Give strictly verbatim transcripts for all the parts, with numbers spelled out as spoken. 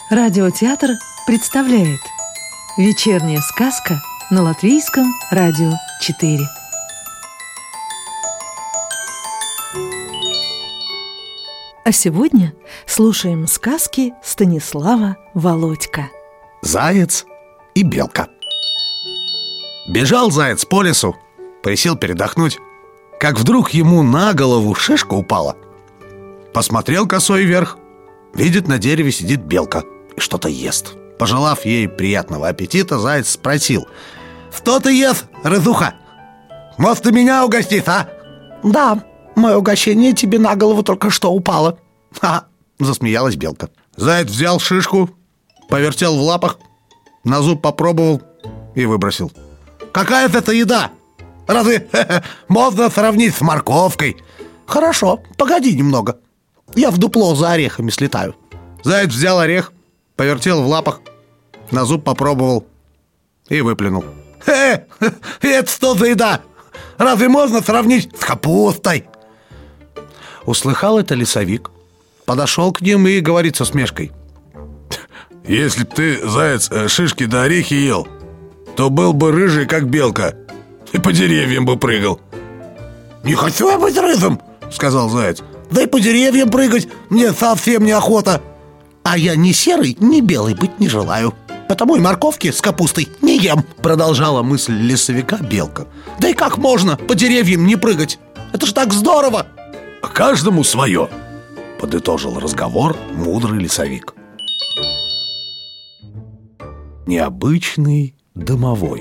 Радиотеатр представляет «Вечерняя сказка» на Латвийском радио четыре. А сегодня слушаем сказки Станислава Володька. Заяц и белка. Бежал заяц по лесу, присел передохнуть, как вдруг ему на голову шишка упала. Посмотрел косой вверх, видит, на дереве сидит белка и что-то ест. Пожелав ей приятного аппетита, заяц спросил: «Что ты ешь, рызуха? Может, ты меня угостишь, а?» «Да, мое угощение тебе на голову только что упало». «Ха!» — засмеялась белка. Заяц взял шишку, повертел в лапах, на зуб попробовал и выбросил. «Какая это еда? Разве можно сравнить с морковкой?» «Хорошо, погоди немного, я в дупло за орехами слетаю». Заяц взял орех, повертел в лапах, на зуб попробовал и выплюнул. «Э, это что за еда? Разве можно сравнить с капустой?» Услыхал это лесовик, подошел к ним и говорит со усмешкой: «Если б ты, заяц, шишки да орехи ел, то был бы рыжий, как белка, и по деревьям бы прыгал». «Не хочу я быть рыжим», — сказал заяц. «Да и по деревьям прыгать мне совсем неохота. А я ни серый, ни белый быть не желаю, потому и морковки с капустой не ем», — продолжала мысль лесовика белка. «Да и как можно по деревьям не прыгать? Это ж так здорово!» «Каждому свое», — подытожил разговор мудрый лесовик. Необычный домовой.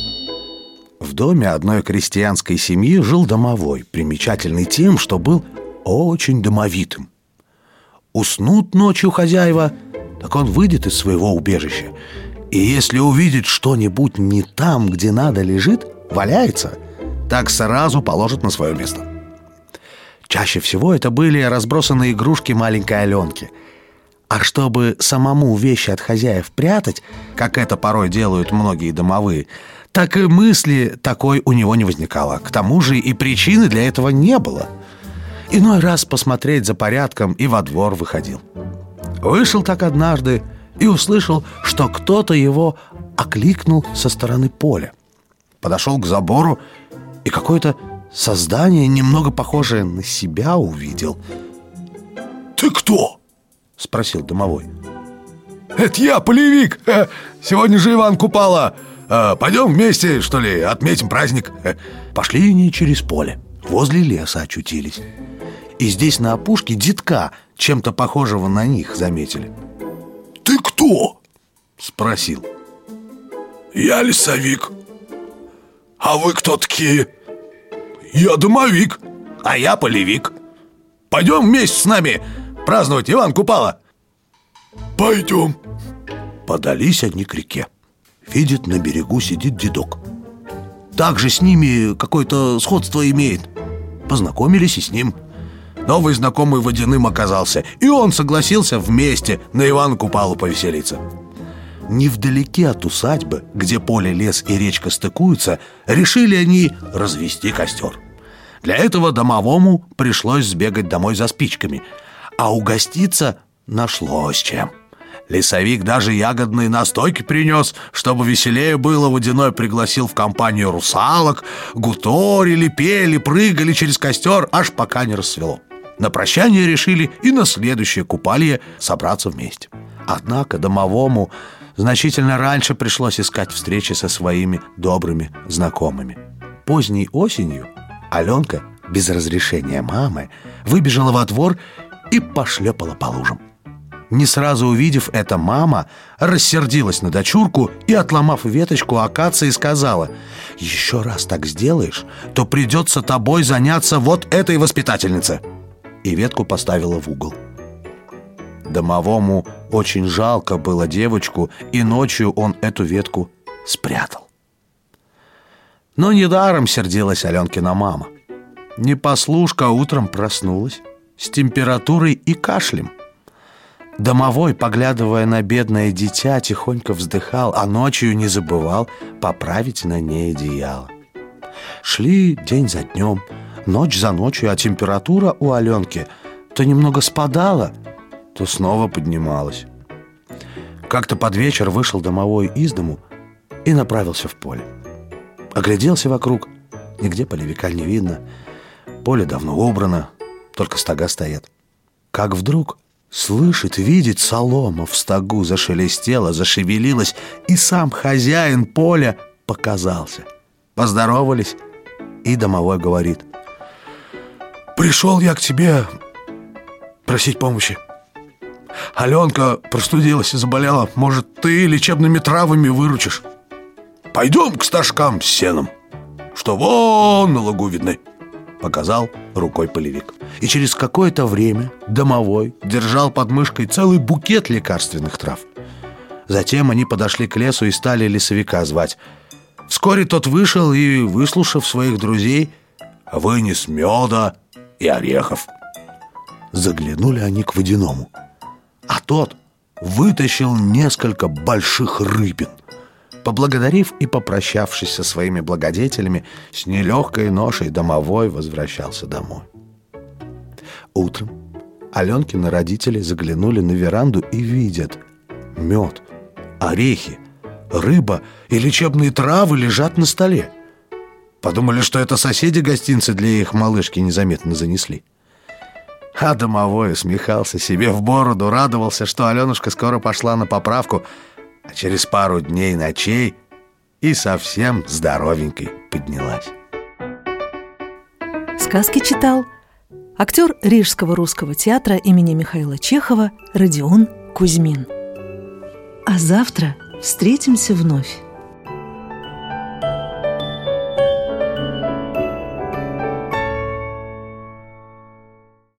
В доме одной крестьянской семьи жил домовой, примечательный тем, что был очень домовитым. Уснут ночью хозяева, так он выйдет из своего убежища, и если увидит что-нибудь не там, где надо лежит, валяется, так сразу положит на свое место. Чаще всего это были разбросанные игрушки маленькой Аленки. А чтобы самому вещи от хозяев прятать, как это порой делают многие домовые, так и мысли такой у него не возникало. К тому же и причины для этого не было. Иной раз посмотреть за порядком и во двор выходил. Вышел так однажды и услышал, что кто-то его окликнул со стороны поля. Подошел к забору и какое-то создание, немного похожее на себя, увидел. «Ты кто?» — спросил домовой. «Это я, полевик. Сегодня же Иван Купала. Пойдем вместе, что ли, отметим праздник?» Пошли они через поле, возле леса очутились. И здесь на опушке детка, чем-то похожего на них, заметили. «Ты кто?» — спросил. «Я лесовик. А вы кто такие?» «Я домовик». «А я полевик. Пойдем вместе с нами праздновать Иван Купала». «Пойдем». Подались они к реке. Видит, на берегу сидит дедок. Также с ними какое-то сходство имеет. Познакомились и с ним. Новый знакомый водяным оказался, и он согласился вместе на Ивана Купалу повеселиться. Невдалеке от усадьбы, где поле, лес и речка стыкуются, решили они развести костер. Для этого домовому пришлось сбегать домой за спичками, а угоститься нашлось чем. Лесовик даже ягодные настойки принес, чтобы веселее было. Водяной пригласил в компанию русалок. Гуторили, пели, прыгали через костер, аж пока не рассвело. На прощание решили и на следующее купалье собраться вместе. Однако домовому значительно раньше пришлось искать встречи со своими добрыми знакомыми. Поздней осенью Аленка без разрешения мамы выбежала во двор и пошлепала по лужам. Не сразу увидев это, мама рассердилась на дочурку и, отломав веточку акации, сказала: «Еще раз так сделаешь, то придется тобой заняться вот этой воспитательнице». И ветку поставила в угол. Домовому очень жалко было девочку, и ночью он эту ветку спрятал. Но недаром сердилась Аленкина мама. Непослушка утром проснулась с температурой и кашлем. Домовой, поглядывая на бедное дитя, тихонько вздыхал, а ночью не забывал поправить на ней одеяло. Шли день за днем, ночь за ночью, а температура у Аленки то немного спадала, то снова поднималась. Как-то под вечер вышел домовой из дому и направился в поле. Огляделся вокруг, нигде полевика не видно. Поле давно убрано, только стога стоят. Как вдруг слышит, видит, солома в стогу зашелестела, зашевелилась, и сам хозяин поля показался. Поздоровались, и домовой говорит: «Пришел я к тебе просить помощи. Аленка простудилась и заболела. Может, ты лечебными травами выручишь? Пойдем к стажкам с сеном, что вон на лугу видны», — показал рукой полевик. И через какое-то время домовой держал под мышкой целый букет лекарственных трав. Затем они подошли к лесу и стали лесовика звать. Вскоре тот вышел и, выслушав своих друзей, вынес меда и орехов. Заглянули они к водяному, а тот вытащил несколько больших рыбин. Поблагодарив и попрощавшись со своими благодетелями, с нелегкой ношей домовой возвращался домой. Утром Аленкины родители заглянули на веранду и видят: мед, орехи, рыба и лечебные травы лежат на столе. Подумали, что это соседи гостинцы для их малышки незаметно занесли. А домовой усмехался себе в бороду, радовался, что Аленушка скоро пошла на поправку, а через пару дней ночей и совсем здоровенькой поднялась. Сказки читал актер Рижского русского театра имени Михаила Чехова Родион Кузьмин. А завтра встретимся вновь.